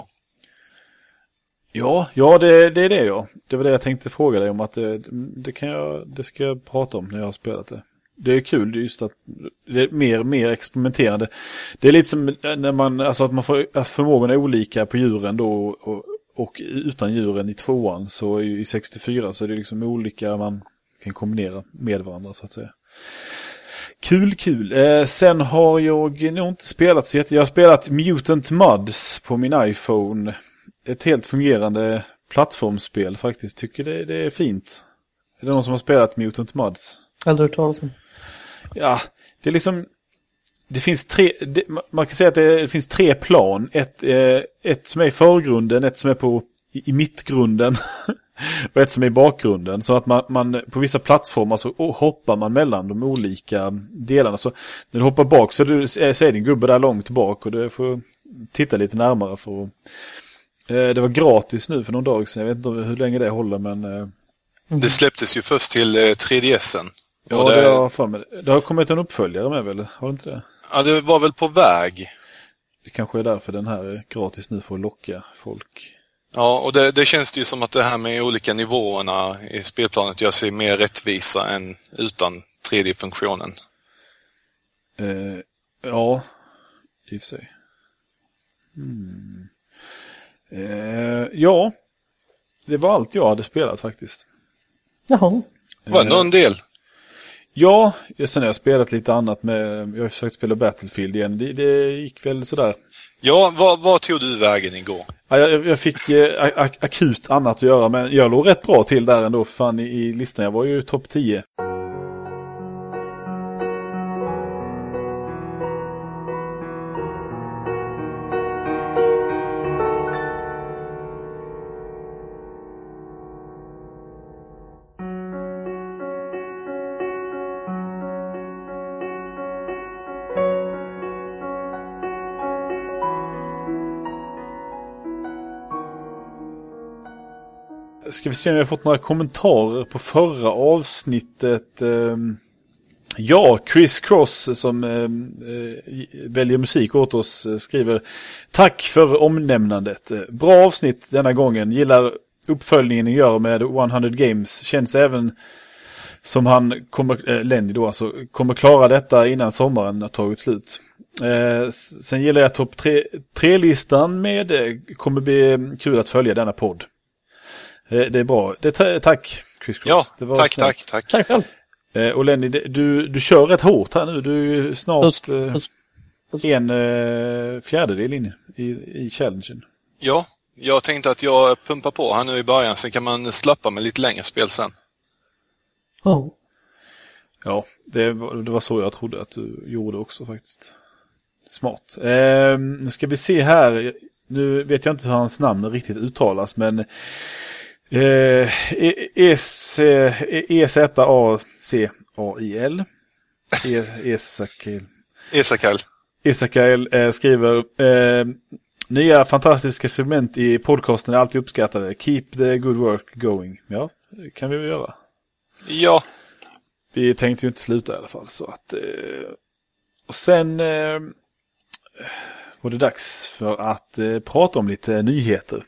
Ja, ja det, det är det ja. Det var det jag tänkte fråga dig om, att det, det kan jag, det ska jag prata om när jag har spelat det. Det är kul, det är just att det är mer mer experimenterande. Det är lite som när man, alltså att man får, att förmågan är olika på djuren då och, och utan djuren i tvåan, så i sextiofyra så är det liksom olika man kan kombinera med varandra så att säga. Kul, kul. Eh, sen har jag nog inte spelat så jätte... Jag har spelat Mutant Mudds på min iPhone. Ett helt fungerande plattformsspel faktiskt. Tycker det, det är fint. Är det någon som har spelat Mutant Mudds? Aldrig hört talas om. Ja, det är liksom... Det finns tre... Det, man kan säga att det finns tre plan. Ett, eh, ett som är i förgrunden, ett som är på i, i mittgrunden och ett som är i bakgrunden. Så att man, man på vissa plattformar så hoppar man mellan de olika delarna. Så när du hoppar bak så, du, så är din gubbe där långt bak och du får titta lite närmare för att... Eh, det var gratis nu för någon dag sedan. Jag vet inte hur länge det håller, men... Eh, det släpptes ju först till eh, tre D S en. Ja, det, det, har för mig. Det har kommit en uppföljare med väl? Har det inte det? Ja, det var väl på väg. Det kanske är därför den här är gratis nu för att locka folk. Ja, och det, det känns ju som att det här med olika nivåerna i spelplanet gör sig mer rättvisa än utan tre D-funktionen. Eh, ja, i och för sig. Mm. Eh, ja, det var allt jag hade spelat faktiskt. Jaha. Var det någon del? Ja, sen har jag spelat lite annat med, jag har försökt spela Battlefield igen. Det, det gick väl sådär. Ja, vad, vad tog du vägen igår? Ja, jag, jag fick eh, ak- akut annat att göra, men jag låg rätt bra till där ändå. Fan, i, i listan, jag var ju topp tio. Ska vi se om vi har fått några kommentarer på förra avsnittet. Ja, Chris Cross som väljer musik åt oss skriver: tack för omnämnandet. Bra avsnitt denna gången. Gillar uppföljningen ni gör med hundra Games. Känns även som han kommer, äh, Lenny då alltså, kommer klara detta innan sommaren har tagit slut. Eh, sen gillar jag topp tre, tre-listan med. Kommer bli kul att följa denna podd. Det är bra. Det, tack, Chris Cross. Ja, det var tack, snällt. tack, tack, tack. Eh, och Lenny, du, du kör rätt hårt här nu. Du är ju snart Puss, eh, puss, puss. en eh, fjärdedel in i, i challengen. Ja, jag tänkte att jag pumpar på här nu i början, sen kan man slappa med lite längre spel sen. Oh. Ja, det var, det var så jag trodde att du gjorde också faktiskt. Smart. Eh, nu ska vi se här. Nu vet jag inte hur hans namn riktigt uttalas, men Eh, E Z A C A I L Esakail Esakail Esakail eh, skriver eh, nya fantastiska segment i podcasten är alltid uppskattade. Keep the good work going. Ja, det kan vi väl göra. Ja. Vi tänkte ju inte sluta i alla fall. Så att, eh, och sen eh, var det dags för att eh, prata om lite nyheter.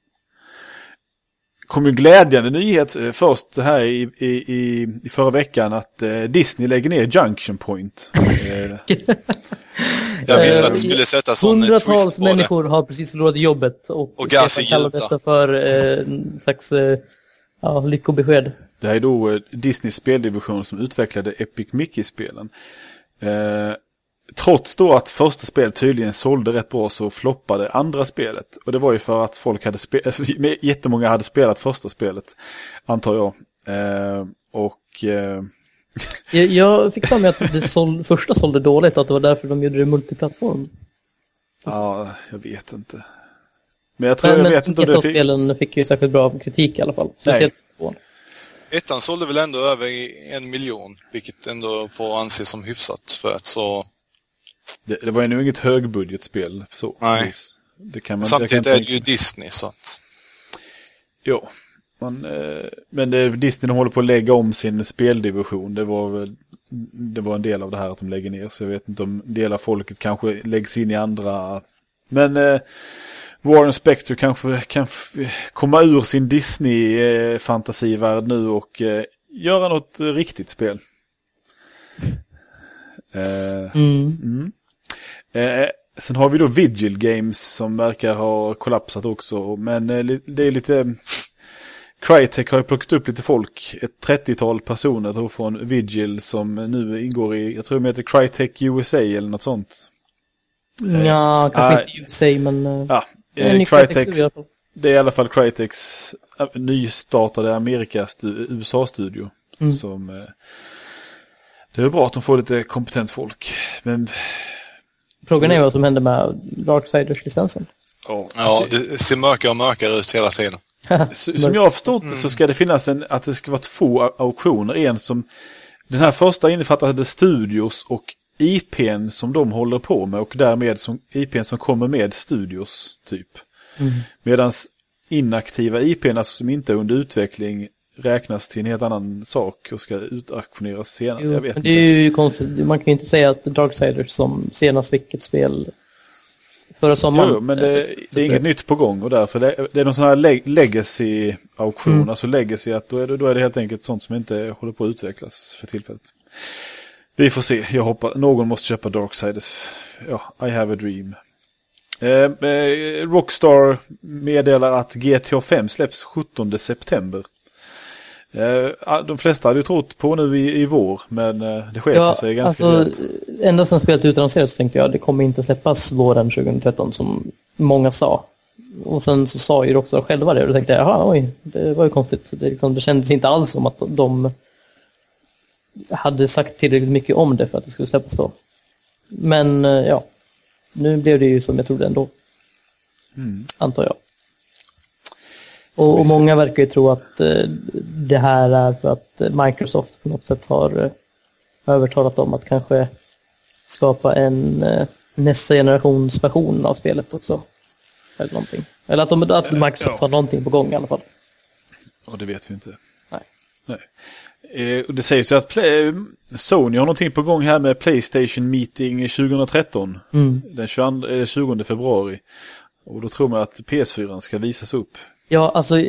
Kom en glädjande nyhet först här i, i, i, i förra veckan att eh, Disney lägger ner Junction Point. Eh, jag visste att det skulle sätta sån twist på det. Hundratals människor har precis förlorat jobbet och, och Stefan kallar detta för eh, en slags eh, ja, lyckobesked. Det här är då eh, Disneys speldivision som utvecklade Epic Mickey-spelen. Eh, Trots då att första spelet tydligen sålde rätt bra så floppade andra spelet. Och det var ju för att folk hade spelat, jättemånga hade spelat första spelet, antar jag. Eh, och... Eh... jag, jag fick för mig att det såld, första sålde dåligt, att det var därför de gjorde det multiplattform. Ja, jag vet inte. Men jag tror men, jag men vet inte om det fick... spelen fick ju säkert bra kritik i alla fall. Speciellt på. Ettan sålde väl ändå över en miljon, vilket ändå får anses som hyfsat för att så... Det, det var ju nog inget högbudgetspel så. Nej. Det kan man, samtidigt kan är det ju Disney så att... Jo. Man, eh, men det, Disney de håller på att lägga om sin speldivision. Det var väl, det var en del av det här att de lägger ner. Så jag vet inte om delar folket kanske läggs in i andra. Men eh, Warren Spector kanske kan f- komma ur sin Disney-fantasivärld nu och eh, göra något riktigt spel. Eh, Mm. mm. Eh, sen har vi då Vigil Games som verkar ha kollapsat också. Men eh, det är lite... Crytek har ju plockat upp lite folk. Ett trettiotal personer då från Vigil som nu ingår i... Jag tror de heter Crytek U S A eller något sånt. Ja, kanske eh, inte i sig, men... Uh, Ja, eh, eh, Crytek... Det är i alla fall Crytek's äh, nystartade Amerika-U S A-studio. Mm. Som, äh, det är bra att de får lite kompetent folk. Men... Frågan är vad som händer med Darksiders-licensen. Oh, ja, det ser mörkare och mörkare ut hela tiden. Som jag har förstått mm. så ska det finnas en, att det ska vara två auktioner. En som, den här första innefattade studios och I P:n som de håller på med. Och därmed som I P:n som kommer med studios, typ. Mm. Medan inaktiva I P:n, alltså som inte är under utveckling, räknas till en helt annan sak och ska utauktioneras senare. Jo, jag vet det inte. är ju konstigt. Man kan ju inte säga att Darksiders som senast vilket spel förra sommaren. Jo, men det, det är inget nytt på gång och därför det, det är någon sån här leg- legacy-auktion. Mm. Alltså legacy, att då är, det, då är det helt enkelt sånt som inte håller på att utvecklas för tillfället. Vi får se. Jag hoppas någon måste köpa Darksiders. Ja, I have a dream. Eh, eh, Rockstar meddelar att G T A fem släpps sjuttonde september. Eh, de flesta hade ju trott på nu i, i vår, men eh, det sker ja, sig ganska alltså, ända sedan spelet utannonserades så tänkte jag det kommer inte släppas våren tjugohundratretton som många sa. Och sen så sa ju Rockstar själva det och då tänkte jag, jaha, oj, det var ju konstigt. Det, liksom, det kändes inte alls som att de hade sagt tillräckligt mycket om det för att det skulle släppas då. Men eh, ja, nu blev det ju som jag trodde ändå. Mm. Antar jag. Och, och många verkar ju tro att eh, det här är för att Microsoft på något sätt har eh, övertalat dem att kanske skapa en eh, nästa generations version av spelet också. Eller någonting. Eller att, de, att Microsoft ja. har någonting på gång i alla fall. Och det vet vi inte. Nej. Nej. Eh, och det sägs ju att Play, Sony har någonting på gång här med PlayStation Meeting tjugohundratretton. Mm. Den tjugoandra, tjugonde februari. Och då tror man att P S fyra ska visas upp. Ja, alltså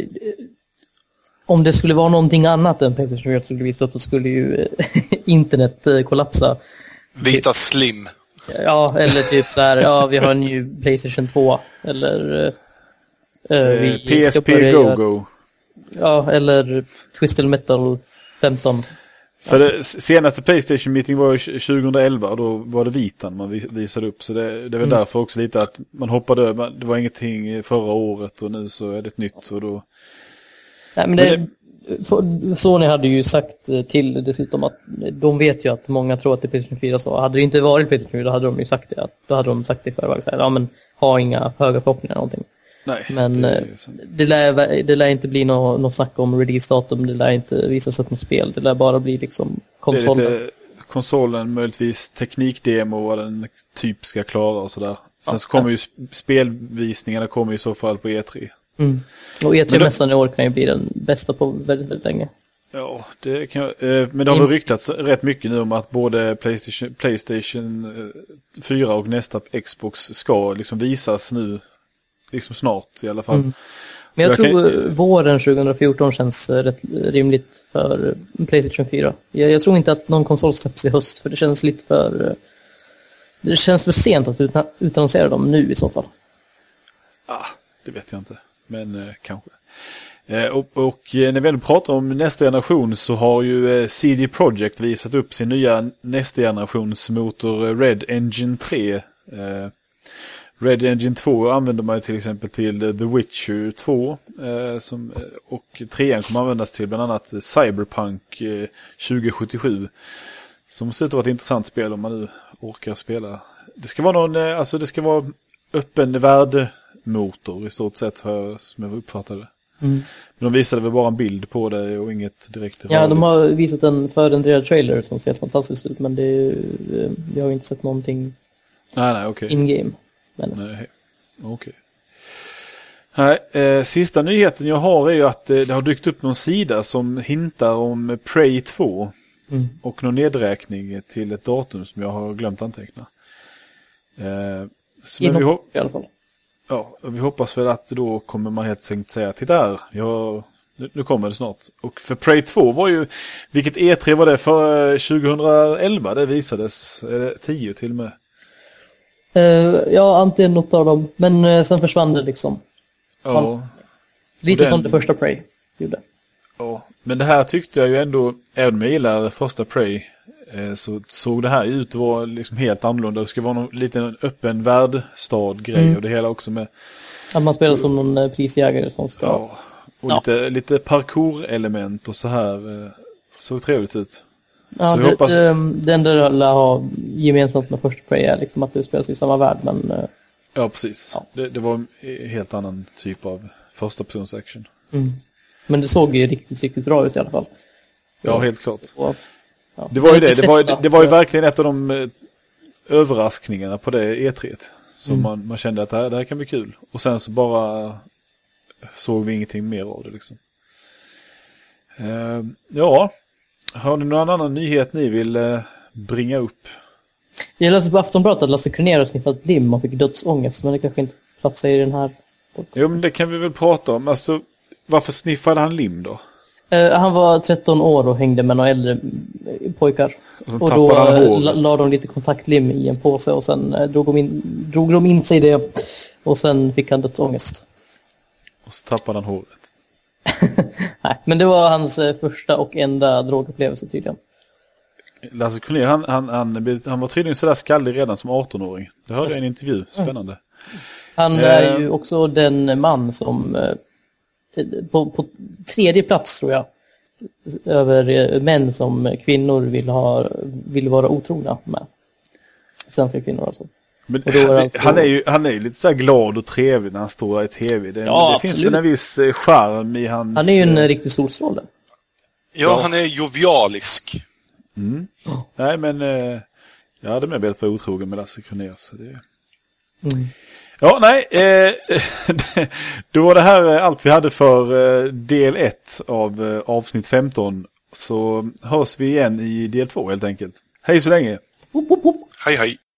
om det skulle vara någonting annat än PlayStation fyra skulle visas upp så skulle ju internet kollapsa. Vita Slim. Ja, eller typ så här, ja vi har en ny PlayStation två. Eller äh, vi P S P Go Go. Ja, eller Twisted Metal femton. För det senaste PlayStation Meeting var ju tjugohundraelva och då var det vitan man visade upp. Så det, det är väl mm. därför också lite att man hoppade, det var ingenting förra året och nu så är det ett nytt och då... Nej, men det, men det... Sony hade ju sagt till dessutom att de vet ju att många tror att det är PlayStation fyra så. Hade det inte varit PlayStation fyra då hade de ju sagt det. Då hade de sagt det i förväg. Ja men ha inga höga förhoppningar eller någonting. Nej, men det, det, lär, det lär inte bli något, något snack om release-datum. Det lär inte visas upp något spel. Det lär bara bli liksom konsolen. Det är lite konsolen, möjligtvis teknikdemo vad den typ ska klara och sådär. Sen ja, så kommer ja. ju spelvisningarna kommer i så fall på E tre. Mm. Och E tre-mässan i år kan ju bli den bästa på väldigt, väldigt länge. Ja, det kan jag, men det har väl ryktats rätt mycket nu om att både PlayStation, PlayStation fyra och nästa Xbox ska liksom visas nu. Liksom snart i alla fall. Mm. Men jag, jag tror kan... våren tjugohundrafjorton känns rätt rimligt för PlayStation fyra. Jag, jag tror inte att någon konsol släpps i höst för det känns lite för det känns för sent att ut, utannonsera dem nu i så fall. Ah, det vet jag inte. Men eh, kanske. Eh, och, och när vi ändå pratar om nästa generation så har ju eh, C D Projekt visat upp sin nya nästa generations motor Red Engine tre. Eh, Red Engine två använder man ju till exempel till The Witcher två eh, som, och trean kommer användas till bland annat Cyberpunk eh, tjugohundrasjuttiosju som ser ut att vara ett intressant spel om man nu orkar spela. Det ska vara någon, eh, alltså det ska vara öppen världmotor i stort sett som jag uppfattade det. Mm. Men de visade väl bara en bild på det och inget direkt Ja, rörligt. De har visat en förrenderad trailer som ser fantastiskt ut men det är, jag har inte sett någonting nej, nej, okay. in-game. Men... Nej, okej. Okay. Eh, sista nyheten jag har är ju att eh, det har dykt upp någon sida som hintar om Prey två mm. och någon nedräkning till ett datum som jag har glömt anteckna. Eh, så Inom, vi hop- i alla fall. Ja, vi hoppas väl att då kommer man helt enkelt säga till där. Jag, Nu, nu kommer det snart. Och för Prey två var ju, vilket E tre var det för tjugohundraelva? Det visades, eller tio till och med. Uh, ja, antingen något av dem. Men uh, sen försvann det liksom. Ja. Lite den, som det första Prey gjorde. Ja, men det här tyckte jag ju ändå, även om jag gillar första Prey, eh, så såg det här ut att vara liksom helt annorlunda. Det ska vara någon liten öppen världstad-grej mm. och det hela också med... Att man spelar som någon eh, prisjägare som ska... Ja, och ja. Lite, lite parkour-element och så här. Eh, såg trevligt ut. Ja, så det, jag hoppas... det, det enda jag lär ha gemensamt med första Prey är liksom att det spelas i samma värld, men... Eh, ja, precis. Ja. Det, det var en helt annan typ av första persons action. Mm. Men det såg ju riktigt, riktigt bra ut i alla fall. Ja, helt klart. Och, ja. Det var ju det. Det var, det, det var ju verkligen ett av de eh, överraskningarna på det E tre. Så mm. man, man kände att det här, det här kan bli kul. Och sen så bara såg vi ingenting mer av det liksom. Uh, ja, har ni någon annan nyhet ni vill uh, bringa upp? Jag läste på Aftonbladet att Lasse Kronér har sniffat lim och fick dödsångest, men det kanske inte platsar i den här podcasten. Jo, men det kan vi väl prata om. Alltså, varför sniffade han lim då? Uh, han var tretton år och hängde med några äldre pojkar. Och, och då la, la de lite kontaktlim i en påse och sen uh, drog, de in, drog de in sig i det. Och sen fick han dödsångest. Och så tappade han håret. Nej, men det var hans uh, första och enda drogupplevelse tydligen. Lasse Kronér, han, han, han, han var tydligen sådär skallig redan som arton-åring. Det hörde jag i en intervju. Spännande. Mm. Han är uh, ju också den man som... Uh, På, på tredje plats tror jag över män som kvinnor vill ha vill vara otrogna med. Svenska kvinnor alltså. Men det, alltså... han är ju han är ju lite så här glad och trevlig när han står i tv. Det, ja, det finns väl en viss charm i hans... Han är ju en uh... riktig solstråle. Ja, ja, han är jovialisk. Mm. Oh. Nej, men uh, jag hade med velat vara otrogen med Lasse Kronér, så det... Mm. Ja, nej, eh, då var det här allt vi hade för eh, del ett av eh, avsnitt femton. Så hörs vi igen i del två helt enkelt. Hej så länge! Hej hej!